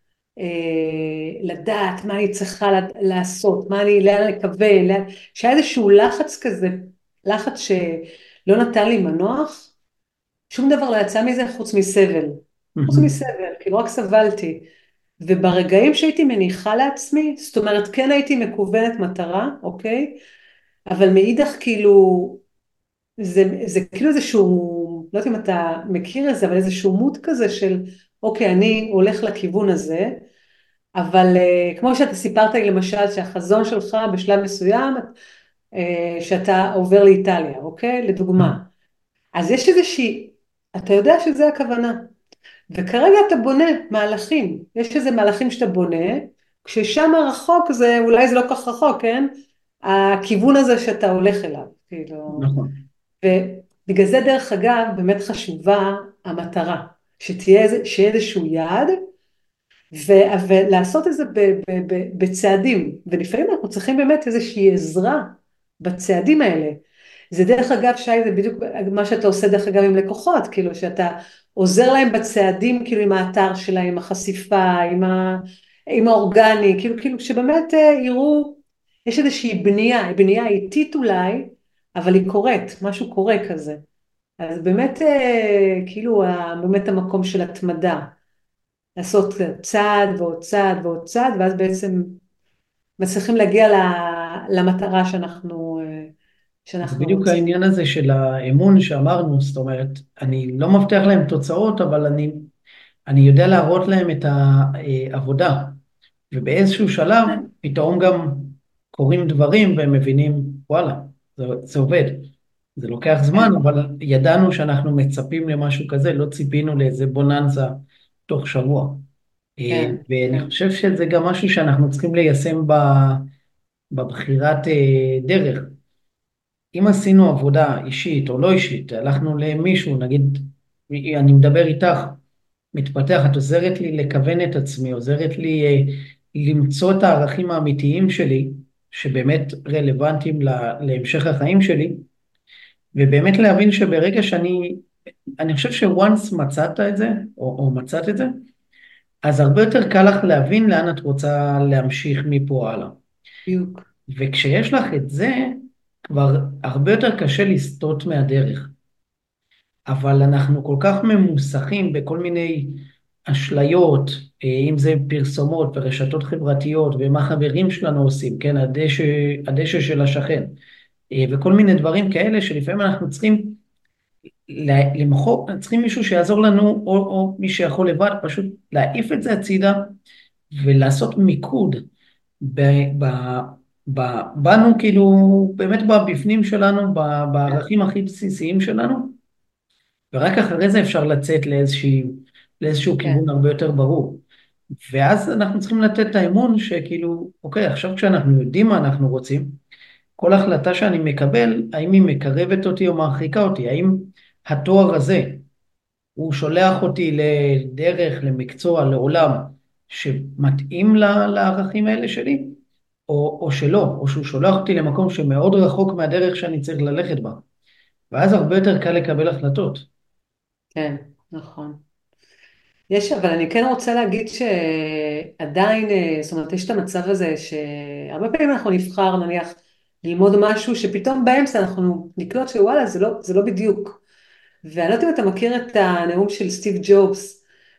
לדעת מה אני צריכה לעשות, מה אני, לאן לכוון, שהיה איזשהו לחץ כזה, לחץ שלא נתן לי מנוח, שום דבר לא יצא מזה חוץ מסבל. חוץ מסבל, כאילו רק סבלתי. וברגעים שהייתי מניחה לעצמי, זאת אומרת, כן הייתי מכוונת מטרה, אוקיי? אבל מאידך כאילו, זה כאילו איזשהו, לא יודעת אם אתה מכיר את זה, אבל איזשהו מות כזה של, אוקיי, אני הולך לכיוון הזה, אבל כמו שאתה סיפרת לי למשל, שהחזון שלך בשלב מסוים, שאתה עובר לאיטליה, אוקיי? לדוגמה. אז יש איזושהי, אתה יודע שזה הכוונה. וכרגע אתה בונה מהלכים, יש איזה מהלכים שאתה בונה, כששם רחוק זה, אולי זה לא כל כך רחוק, כן? הכיוון הזה שאתה הולך אליו, כאילו, נכון. ובגלל זה דרך אגב באמת חשובה המטרה, שיהיה איזשהו יעד, ולעשות את זה בצעדים, ולפעמים אנחנו צריכים באמת איזושהי עזרה בצעדים האלה. זה דרך אגב, שי, זה בדיוק מה שאתה עושה דרך אגב עם לקוחות, כאילו שאתה עוזר להם בצעדים, כאילו עם האתר שלהם, עם החשיפה, עם האורגני, כאילו שבאמת יראו, יש איזושהי בנייה, בנייה איטית אולי, אבל היא קורית, משהו קורה כזה. אז באמת, כאילו, באמת המקום של התמדה. לעשות צעד ועוד צעד ועוד צעד, ואז בעצם מצליחים להגיע למטרה זה שאנחנו בדיוק רוצים. העניין הזה של האמון שאמרנו, זאת אומרת, אני לא מבטיח להם תוצאות, אבל אני יודע להראות להם את העבודה, ובאיזשהו שלב פתאום גם קורים דברים והם מבינים, וואלה, זה עובד. זה לוקח זמן, כן, אבל ידענו שאנחנו מצפים למשהו כזה, לא ציפינו לאיזה בוננזה תוך שבוע. כן, ואני כן, חושב שזה גם משהו שאנחנו צריכים ליישם בבחירת דרך. אם עשינו עבודה אישית או לא אישית, הלכנו למישהו, נגיד, אני מדבר איתך, מתפתח, את עוזרת לי לכוון את עצמי, עוזרת לי למצוא את הערכים האמיתיים שלי, שבאמת רלוונטיים להמשך החיים שלי, ובאמת להבין שברגע אני חושב ש-once מצאת את זה, או מצאת את זה, אז הרבה יותר קל לך להבין לאן את רוצה להמשיך מפה הלאה. בדיוק. וכשיש לך את זה, כבר הרבה יותר קשה לסטות מהדרך. אבל אנחנו כל כך ממוסכים בכל מיני אשליות, אם זה פרסומות ורשתות חברתיות, ומה חברים שלנו עושים, כן, הדשא של השכן, וכל מיני דברים כאלה שלפעמים אנחנו צריכים למחוק, צריכים מישהו שיעזור לנו, או מי שיכול לבד, פשוט להעיף את זה הצידה, ולעשות מיקוד ב, ב, בנו, כאילו, באמת בבפנים שלנו, בערכים הכי בסיסיים שלנו, ורק אחרי זה אפשר לצאת לאיזשהו כן, כיוון הרבה יותר ברור. ואז אנחנו צריכים לתת את האמון שכאילו, אוקיי, עכשיו כשאנחנו יודעים מה אנחנו רוצים, כל החלטה שאני מקבל, האם היא מקרבת אותי או מרחיקה אותי, האם התואר הזה, הוא שולח אותי לדרך, למקצוע, לעולם, שמתאים לערכים האלה שלי, או שלא, או שהוא שולח אותי למקום שמאוד רחוק מהדרך שאני צריך ללכת בה. ואז הרבה יותר קל לקבל החלטות. כן, נכון. יש, אבל אני כן רוצה להגיד שעדיין, זאת אומרת, יש את המצב הזה שהרבה פעמים אנחנו נבחר, נניח, ללמוד משהו שפתאום באמצע אנחנו נקלוט שוואלה, זה לא בדיוק. ואני לא יודעת אם אתה מכיר את הנאום של סטיב ג'ובס,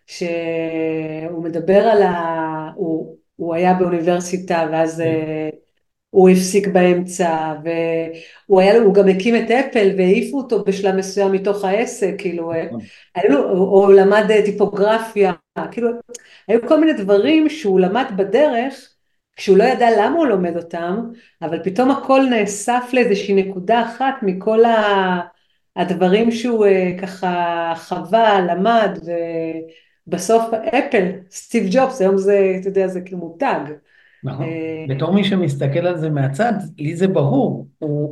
שהוא מדבר על הוא היה באוניברסיטה, ואז כן, הוא הפסיק באמצע, הוא גם הקים את אפל, והעיפו אותו בשלב מסוים מתוך העסק, כאילו, נכון. או למד טיפוגרפיה, כאילו, היו כל מיני דברים שהוא למד בדרך, כשהוא לא ידע למה הוא לומד אותם, אבל פתאום הכל נאסף לאיזושהי נקודה אחת מכל הדברים שהוא ככה חווה, למד, ובסוף אפל, סטיב ג'ובס, היום זה, אתה יודע, זה כאילו מותג. נכון. אה, בתור מי שמסתכל על זה מהצד, לי זה ברור.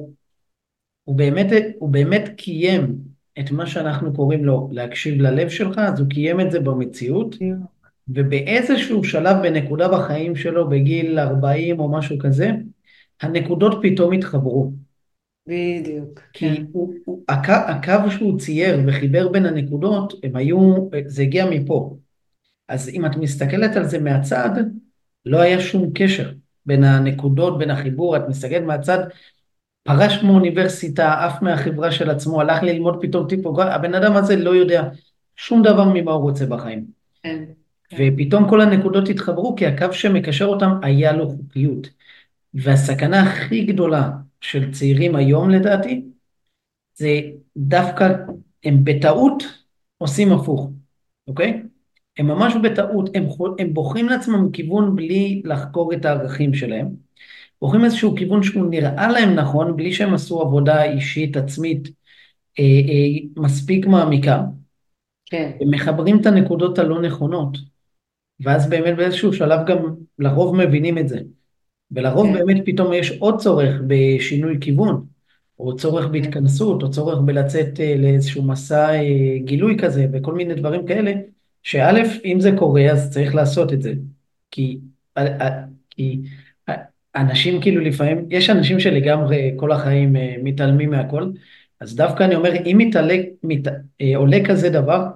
הוא באמת קיים את מה שאנחנו קוראים לו להקשיב ללב שלך, אז הוא קיים את זה במציאות, ובאיזשהו שלב בנקודה בחיים שלו, בגיל 40 או משהו כזה, הנקודות פתאום התחברו. בדיוק, כן, כי הקו שהוא צייר וחיבר בין הנקודות, זה הגיע מפה. אז אם את מסתכלת על זה מהצד, לא היה שום קשר בין הנקודות, בין החיבור. את מסתכלת מהצד, פרש מאוניברסיטה, עף מהחברה של עצמו, הלך ללמוד פתאום טיפוגרפיה, הבן אדם הזה לא יודע שום דבר ממה הוא רוצה בחיים. כן, כן, ופתאום כל הנקודות התחברו, כי הקו שמקשר אותם היה לו חוקיות. והסכנה הכי גדולה של צעירים היום לדעתי, זה דווקא הם בטעות עושים הפוך, אוקיי? הם ממש בטעות, הם בוחרים לעצמם כיוון בלי לחקור את הערכים שלהם, בוחרים איזשהו כיוון שהוא נראה להם נכון, בלי שהם עשו עבודה אישית, עצמית, מספיק מעמיקה, כן, הם מחברים את הנקודות הלא נכונות, ואז באמת באיזשהו שלב גם לרוב מבינים את זה. ולרוב כן, באמת פתאום יש עוד צורך בשינוי כיוון, או צורך כן, בהתכנסות, או צורך בלצאת לאיזשהו מסע גילוי כזה, וכל מיני דברים כאלה, שא', אם זה קורה, אז צריך לעשות את זה. כי, כי אנשים כאילו לפעמים, יש אנשים שלגמרי כל החיים מתעלמים מהכל, אז דווקא אני אומר, אם עולה כזה דבר,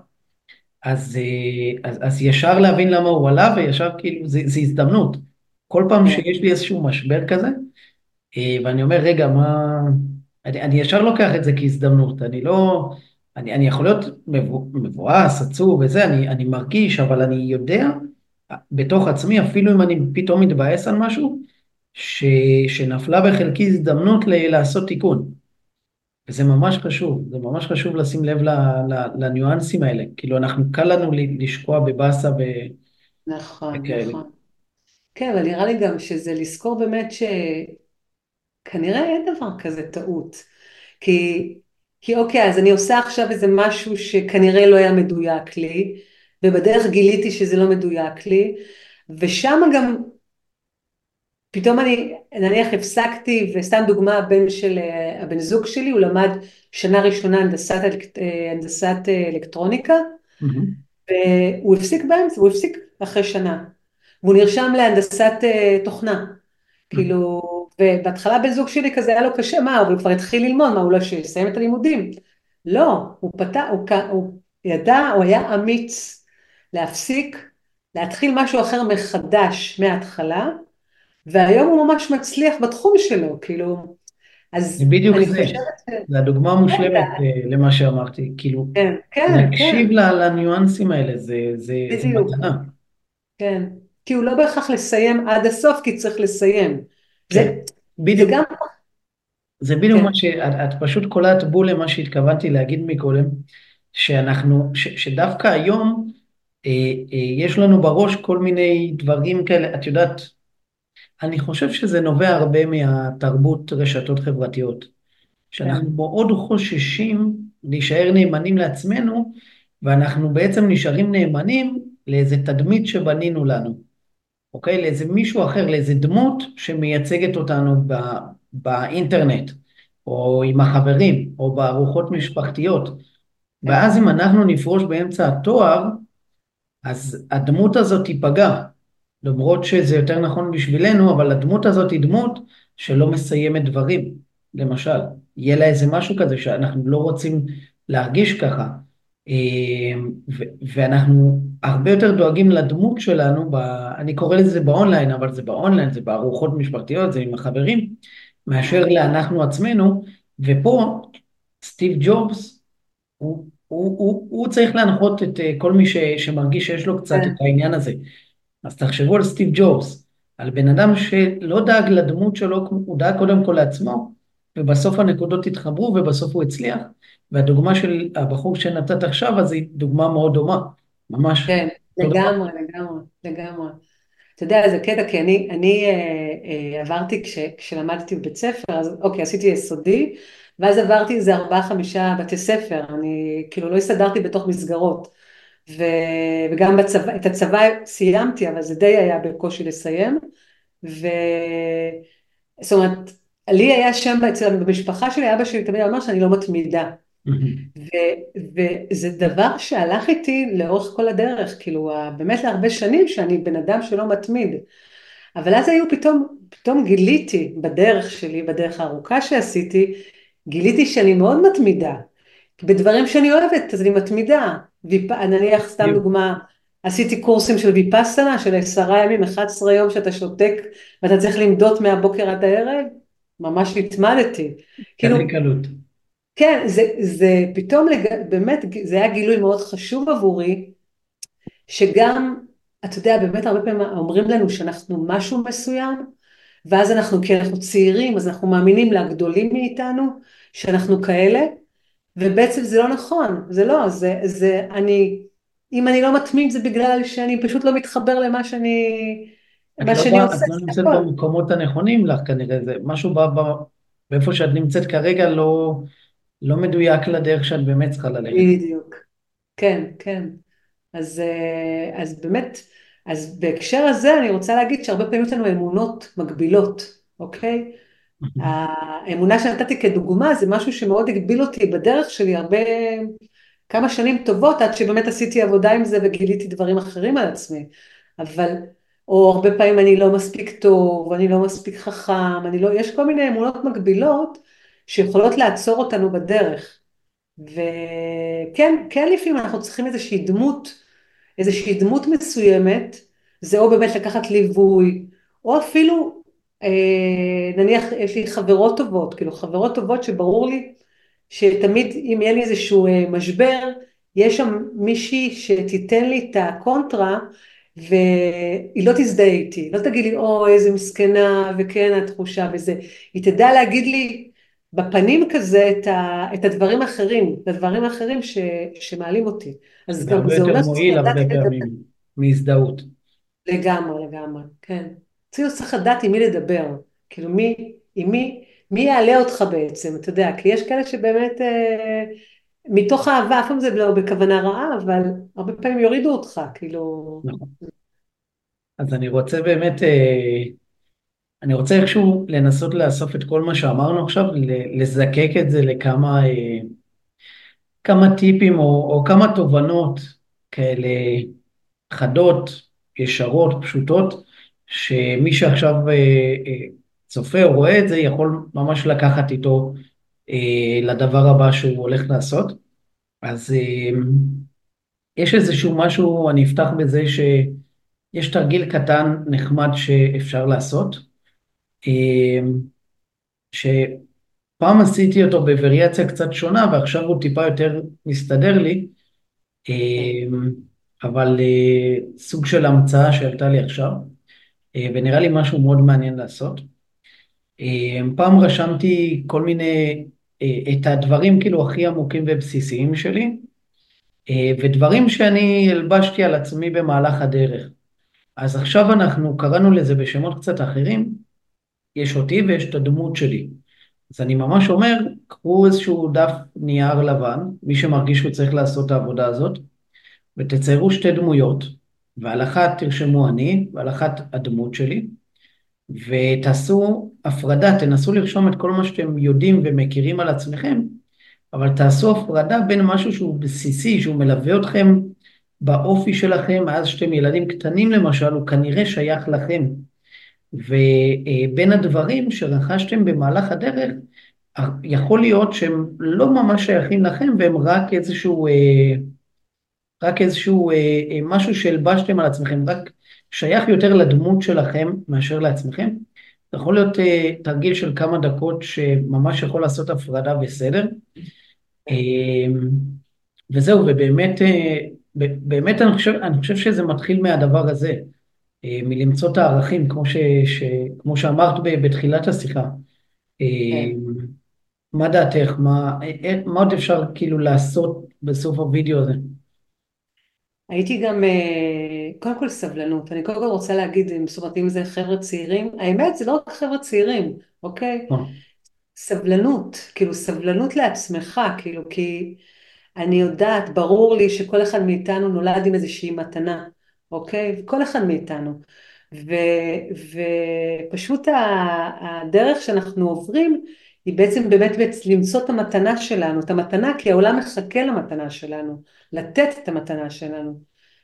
אז ישר להבין למה הוא עלה, וישר כאילו, זה הזדמנות. כל פעם כן, שיש לי איזשהו משבר כזה, ואני אומר, רגע, מה... אני ישר לוקח את זה כהזדמנות, אני לא... אני יכול להיות מבואס, עצוב וזה, אני מרגיש, אבל אני יודע בתוך עצמי, אפילו אם אני פתאום מתבאס על משהו, ש, שנפלה בחלקי הזדמנות לעשות תיקון. וזה ממש חשוב, זה ממש חשוב לשים לב לניואנסים האלה. כאילו, קל לנו לשקוע בבאסה נכון, וכאלה. נכון. כן, אבל נראה לי גם שזה לזכור באמת שכנראה אין דבר כזה טעות. כי, כי אוקיי, אז אני עושה עכשיו איזה משהו שכנראה לא היה מדויק לי, ובדרך גיליתי שזה לא מדויק לי, ושם גם פתאום אני, נניח הפסקתי, וסתם דוגמה, הבן זוג שלי, הוא למד שנה ראשונה הנדסת אלקטרוניקה, מהמם. והוא הפסיק באמצע, הוא הפסיק אחרי שנה, והוא נרשם להנדסת תוכנה. כאילו, ובהתחלה בן זוג שלי כזה היה לו קשה, מה, אבל הוא כבר התחיל ללמוד, מה, הוא לא שיסיים את הלימודים. לא, הוא ידע, הוא היה אמיץ להפסיק, להתחיל משהו אחר מחדש מההתחלה, והיום הוא ממש מצליח בתחום שלו, כאילו, זה אז בדיוק אני זה, חושבת זה הדוגמה רגע, המושלמת למה שאמרתי, כאילו, כן, כן, להקשיב כן, לניואנסים האלה, זה בדיוק, מתנה. כן, כי הוא לא בהכרח לסיים עד הסוף, כי צריך לסיים. כן, זה, זה בדיוק, גם, זה בדיוק מה כן, את פשוט קולעת בול למה שהתכוונתי להגיד מקודם, שדווקא היום יש לנו בראש כל מיני דברים כאלה, את יודעת, אני חושב שזה נובע הרבה מהתרבות רשתות חברתיות, שאנחנו כן, מאוד חוששים להישאר נאמנים לעצמנו, ואנחנו בעצם נשארים נאמנים לאיזה תדמית שבנינו לנו, אוקיי? לאיזה מישהו אחר, לאיזה דמות שמייצגת אותנו באינטרנט, או עם החברים, או בארוחות משפחתיות. כן, ואז אם אנחנו נפרוש באמצע התואר, אז הדמות הזאת תיפגע. למרות שזה יותר נכון בשבילנו, אבל הדמות הזאת היא דמות שלא מסיימת דברים. למשל, יהיה לה איזה משהו כזה שאנחנו לא רוצים להרגיש ככה. ואנחנו הרבה יותר דואגים לדמות שלנו, אני קורא לזה באונליין, אבל זה באונליין, זה בארוחות משפחתיות, זה עם החברים, מאשר כן, לאנחנו עצמנו. ופה סטיב ג'ובס, הוא צריך להנחות את כל מי שמרגיש שיש לו קצת את כן, העניין הזה. אז תחשבו על סטיב ג'ובס, על בן אדם שלא דאג לדמות שלו, הוא דאג קודם כל לעצמו, ובסוף הנקודות התחברו ובסוף הוא הצליח. והדוגמה של הבחור שנתת עכשיו, אז היא דוגמה מאוד דומה, ממש כן, אותו דבר. לגמרי, לגמרי, לגמרי. אתה יודע, זה קטע, כי אני עברתי כשלמדתי בבית ספר, אז אוקיי, עשיתי יסודי, ואז עברתי איזה 4-5 בתי ספר, אני כאילו לא הסתדרתי בתוך מסגרות, וגם בצבא, את הצבא סיימתי, אבל זה די היה בקושי לסיים, ו... זאת אומרת, לי היה שם במשפחה שלי, אבא שלי תמיד אמר שאני לא מתמידה, וזה דבר שהלך איתי לאורך כל הדרך, כאילו באמת להרבה שנים שאני בן אדם שלא מתמיד. אבל אז פתאום גיליתי בדרך שלי, בדרך הארוכה שעשיתי, גיליתי שאני מאוד מתמידה. בדברים שאני אוהבת, אז אני מתמידה. נניח, סתם בדיוק. דוגמה, עשיתי קורסים של ויפאסנה, של 10 ימים, 11 יום שאתה שותק, ואתה צריך למדוד מהבוקר עד הערב, ממש התמדתי. קלי כאילו, קלות. כן, זה פתאום, באמת, זה היה גילוי מאוד חשוב עבורי, שגם, אתה יודע, באמת הרבה פעמים אומרים לנו שאנחנו משהו מסוים, ואז כי אנחנו צעירים, אז אנחנו מאמינים לגדולים מאיתנו, שאנחנו כאלה, ובעצם זה לא נכון, זה לא, אם אני לא מתמיד זה בגלל שאני פשוט לא מתחבר למה מה שאני עושה, את לא זה נמצאת הכל. במקומות הנכונים לך כנראה, זה משהו באיפה שאת נמצאת כרגע לא מדויק לדרך שאת באמת צריכה ללכת. בדיוק, כן, כן. אז באמת, אז בהקשר הזה אני רוצה להגיד שהרבה פעמים יש לנו אמונות מגבילות, אוקיי? האמונה שנתתי כדוגמה זה משהו שמאוד הגביל אותי בדרך שלי כמה שנים טובות עד שבאמת עשיתי עבודה עם זה וגיליתי דברים אחרים על עצמי. אבל, או הרבה פעמים אני לא מספיק טוב, אני לא מספיק חכם, יש כל מיני אמונות מגבילות שיכולות לעצור אותנו בדרך. וכן, כן לפעמים אנחנו צריכים איזושהי דמות מסוימת, זה או באמת לקחת ליווי, או אפילו, נניח יש לי חברות טובות, כאילו חברות טובות שברור לי שתמיד אם יהיה לי איזשהו משבר, יש שם מישהי שתיתן לי את הקונטרה, והיא לא תזדהה איתי, לא תגיד לי, או איזה מסכנה, וכן התחושה וזה, היא תדע להגיד לי בפנים כזה את הדברים האחרים שמעלים אותי. אז שזה הרבה גם זה יותר אומר שצריך מועיל לדעת הרבה עם מי לדבר. פעמים מהזדהות. לגמרי, לגמרי, כן. צריך לדעת עם מי לדבר, כאילו מי יעלה אותך בעצם, אתה יודע, כי יש כאלה שבאמת מתוך אהבה, אף פעם זה לא בכוונה רעה, אבל הרבה פעמים יורידו אותך, כאילו, נכון. אז אני רוצה באמת, אני רוצה איכשהו לנסות לאסוף את כל מה שאמרנו עכשיו, לזקק את זה לכמה כמה טיפים או כמה תובנות כאלה חדות, ישרות, פשוטות, שמי שעכשיו צופה או רואה את זה יכול ממש לקחת איתו לדבר הבא שהוא הולך לעשות. אז יש איזשהו משהו, אני אפתח בזה שיש תרגיל קטן נחמד שאפשר לעשות, שפעם עשיתי אותו בווריאציה קצת שונה ועכשיו הוא טיפה יותר מסתדר לי, כן, אבל סוג של המצאה שעלתה לי עכשיו, ונראה לי משהו מאוד מעניין לעשות. פעם רשמתי כל מיני, את הדברים כאילו הכי עמוקים ובסיסיים שלי, ודברים שאני הלבשתי על עצמי במהלך הדרך. אז עכשיו אנחנו קראנו לזה בשמות קצת אחרים, יש אותי ויש את הדמות שלי. אז אני ממש אומר, קחו איזשהו דף נייר לבן, מי שמרגיש שהוא צריך לעשות את העבודה הזאת, ותציירו שתי דמויות, ועל אחת תרשמו אני, ועל אחת הדמות שלי, ותעשו הפרדה, תנסו לרשום את כל מה שאתם יודעים ומכירים על עצמכם, אבל תעשו הפרדה בין משהו שהוא בסיסי, שהוא מלווה אתכם באופי שלכם, מאז שאתם ילדים קטנים למשל, הוא כנראה שייך לכם. ובין הדברים שרכשתם במהלך הדרך, יכול להיות שהם לא ממש שייכים לכם, והם רק איזשהו משהו שהלבשתם על עצמכם, רק שייך יותר לדמות שלכם מאשר לעצמכם. זה יכול להיות תרגיל של כמה דקות שממש יכול לעשות הפרדה וסדר. וזהו, ובאמת, באמת אני חושב שזה מתחיל מהדבר הזה, מלמצוא את הערכים, כמו שאמרת בתחילת השיחה. אה, כן. מה דעתך? מה עוד אפשר כאילו לעשות בסוף הווידאו הזה? הייתי גם, קודם כל סבלנות, אני קודם כל רוצה להגיד, זאת אומרת, אם זה חבר'ה צעירים, האמת זה לא רק חבר'ה צעירים, אוקיי? אה, סבלנות, כאילו סבלנות לעצמך, כאילו, כי אני יודעת, ברור לי שכל אחד מאיתנו נולד עם איזושהי מתנה, אוקיי? כל אחד מאיתנו. ופשוט הדרך שאנחנו עוברים היא בעצם באמת למצוא את המתנה שלנו, את המתנה כי העולם מחכה למתנה שלנו, לתת את המתנה שלנו.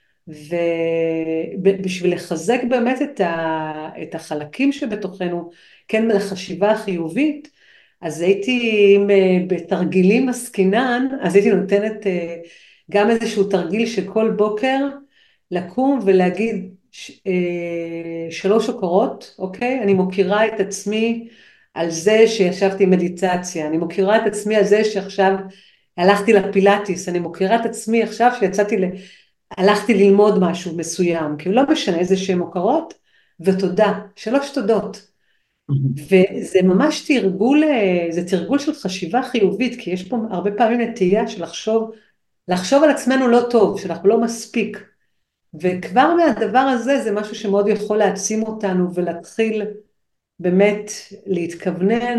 ובשביל לחזק באמת את החלקים שבתוכנו, כן, לחשיבה החיובית, אז הייתי, אם בתרגילים עסקינן, אז הייתי נותנת גם איזשהו תרגיל שכל בוקר לקום ולהגיד 3 הוקרות, אוקיי? אני מוקירה את עצמי על זה שישבתי עם מדיטציה, אני מוקירה את עצמי על זה שעכשיו הלכתי לפילאטיס, אני מוקירה את עצמי עכשיו שיצאתי הלכתי ללמוד משהו מסוים, כאילו לא משנה איזה שם הוקרות, ותודה, 3 תודות. וזה ממש תרגול, זה תרגול של חשיבה חיובית, כי יש פה הרבה פעמים נטייה של לחשוב על עצמנו לא טוב, שאנחנו לא מספיק. וכבר מהדבר הזה זה משהו שמאוד יכול להעצים אותנו ולהתחיל באמת להתכוונן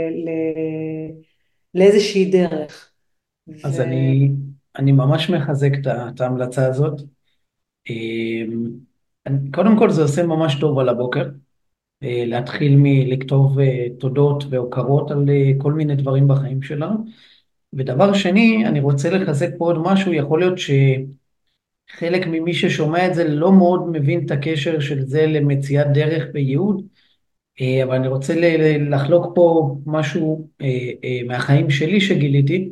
לאיזושהי דרך. אז אני ממש מחזק את ההמלצה הזאת. קודם כל זה עושה ממש טוב על הבוקר, להתחיל מלכתוב תודות והוקרות על כל מיני דברים בחיים שלנו. ודבר שני, אני רוצה לחזק פה עוד משהו, יכול להיות שחלק ממי ששומע את זה לא מאוד מבין את הקשר של זה למציאת דרך וייעוד, אבל אני רוצה לחלוק פה משהו מהחיים שלי שגיליתי,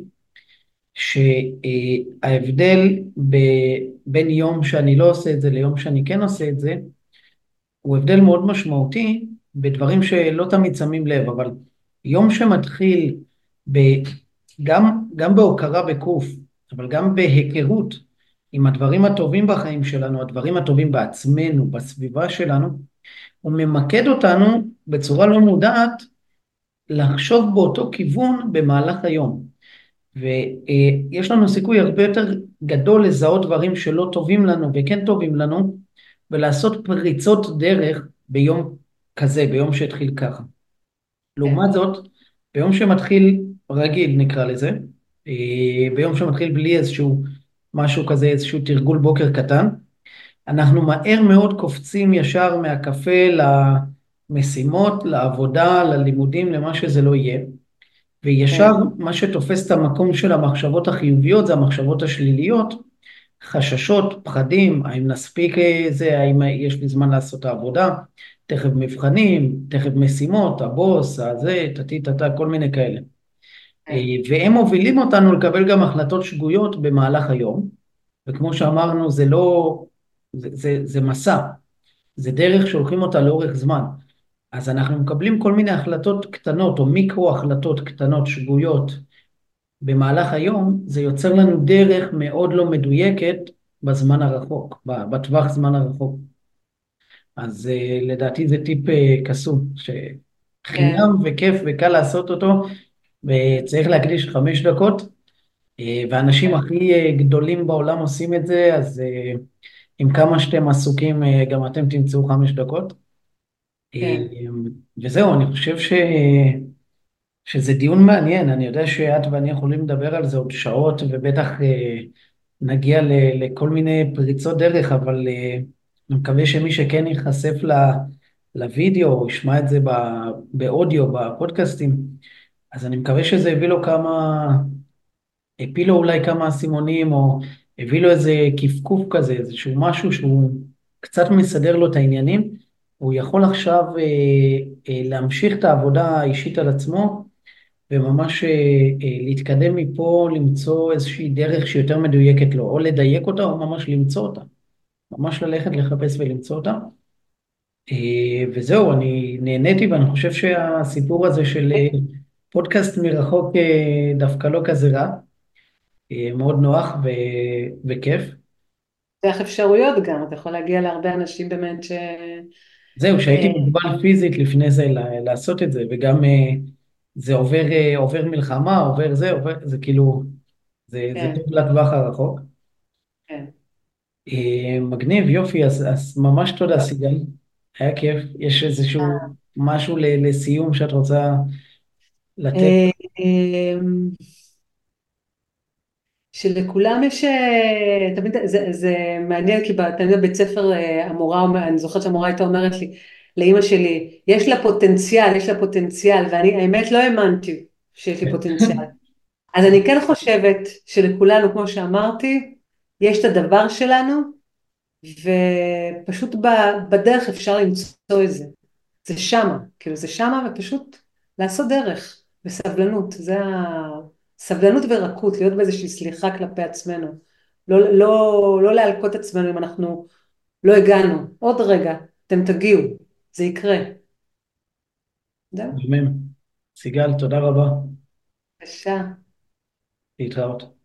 שההבדל בין יום שאני לא עושה את זה ליום שאני כן עושה את זה, הוא הבדל מאוד משמעותי בדברים שלא תמיד שמים לב, אבל יום שמתחיל ב, גם בהוקרה בקוף, אבל גם בהיכרות עם הדברים הטובים בחיים שלנו, הדברים הטובים בעצמנו, בסביבה שלנו, הוא ממקד אותנו בצורה לא מודעת לחשוב באותו כיוון במהלך היום. ויש לנו סיכוי הרבה יותר גדול לזהות דברים שלא טובים לנו וכן טובים לנו, ולעשות פריצות דרך ביום כזה, ביום שהתחיל ככה. כן, לעומת זאת, ביום שמתחיל רגיל נקרא לזה, ביום שמתחיל בלי איזשהו משהו כזה, איזשהו תרגול בוקר קטן, אנחנו מהר מאוד קופצים ישר מהקפה למשימות, לעבודה, ללימודים, למה שזה לא יהיה. וישר כן, מה שתופס את המקום של המחשבות החיוביות זה המחשבות השליליות, חששות, פחדים, האם נספיק זה, האם יש לי זמן לעשות את העבודה, תכף מבחנים, תכף משימות, הבוס, הזה, תתי תתה, כל מיני כאלה. כן, והם מובילים אותנו לקבל גם החלטות שגויות במהלך היום, וכמו שאמרנו, זה לא, זה מסע, זה דרך שהולכים אותה לאורך זמן. אז אנחנו מקבלים כל מיני החלטות קטנות או מיקרו החלטות קטנות שגויות במהלך היום, זה יוצר לנו דרך מאוד לא מדויקת בזמן הרחוק, בטווח זמן הרחוק. אז לדעתי זה טיפ קסום, כן, שחינם וכיף וקל לעשות אותו, וצריך להקדיש 5 דקות, ואנשים כן, הכי גדולים בעולם עושים את זה, אז עם כמה שאתם עסוקים, גם אתם תמצאו 5 דקות. אה, כן, וזהו, אני חושב שזה דיון מעניין, אני יודע שאת ואני יכולים לדבר על זה עוד שעות, ובטח נגיע לכל מיני פריצות דרך, אבל אני מקווה שמי שכן ייחשף לוידאו, או ישמע את זה באודיו, בפודקאסטים, אז אני מקווה שזה הפיא לו אולי כמה אסימונים, או הביא לו איזה קפקוף כזה, איזשהו משהו שהוא קצת מסדר לו את העניינים, הוא יכול עכשיו להמשיך את העבודה האישית על עצמו, וממש להתקדם מפה, למצוא איזושהי דרך שיותר מדויקת לו, או לדייק אותה, או ממש למצוא אותה. ממש ללכת לחפש ולמצוא אותה. וזהו, אני נהניתי, ואני חושב שהסיפור הזה של פודקאסט מרחוק דווקא לא כזה רע, מאוד נוח וכיף. צריך אפשרויות גם, אתה יכול להגיע להרבה אנשים באמת זהו, שהייתי אה, מוגבל פיזית לפני זה לעשות את זה, וגם זה עובר מלחמה, עובר זה, זה כאילו, זה כן, טוב לטווח הרחוק. כן. מגניב, יופי, אז ממש תודה, סיגל. היה כיף. יש איזשהו משהו לסיום שאת רוצה לתת? אה, אה, שלכולם יש, תמיד זה מעניין כי תמיד בבית ספר המורה, אני זוכרת שהמורה הייתה אומרת לי, לאמא שלי, יש לה פוטנציאל, ואני האמת לא האמנתי שיש לי פוטנציאל. אז אני כן חושבת שלכולנו, כמו שאמרתי, יש את הדבר שלנו, ופשוט בדרך אפשר למצוא את זה. זה שמה, כאילו זה שמה, ופשוט לעשות דרך, בסבלנות, סבלנות ורקות, להיות באיזושהי סליחה כלפי עצמנו. לא להלקות עצמנו אם אנחנו לא הגענו. עוד רגע, אתם תגיעו, זה יקרה. זהו, מהמם. סיגל, תודה רבה. בבקשה. להתראות.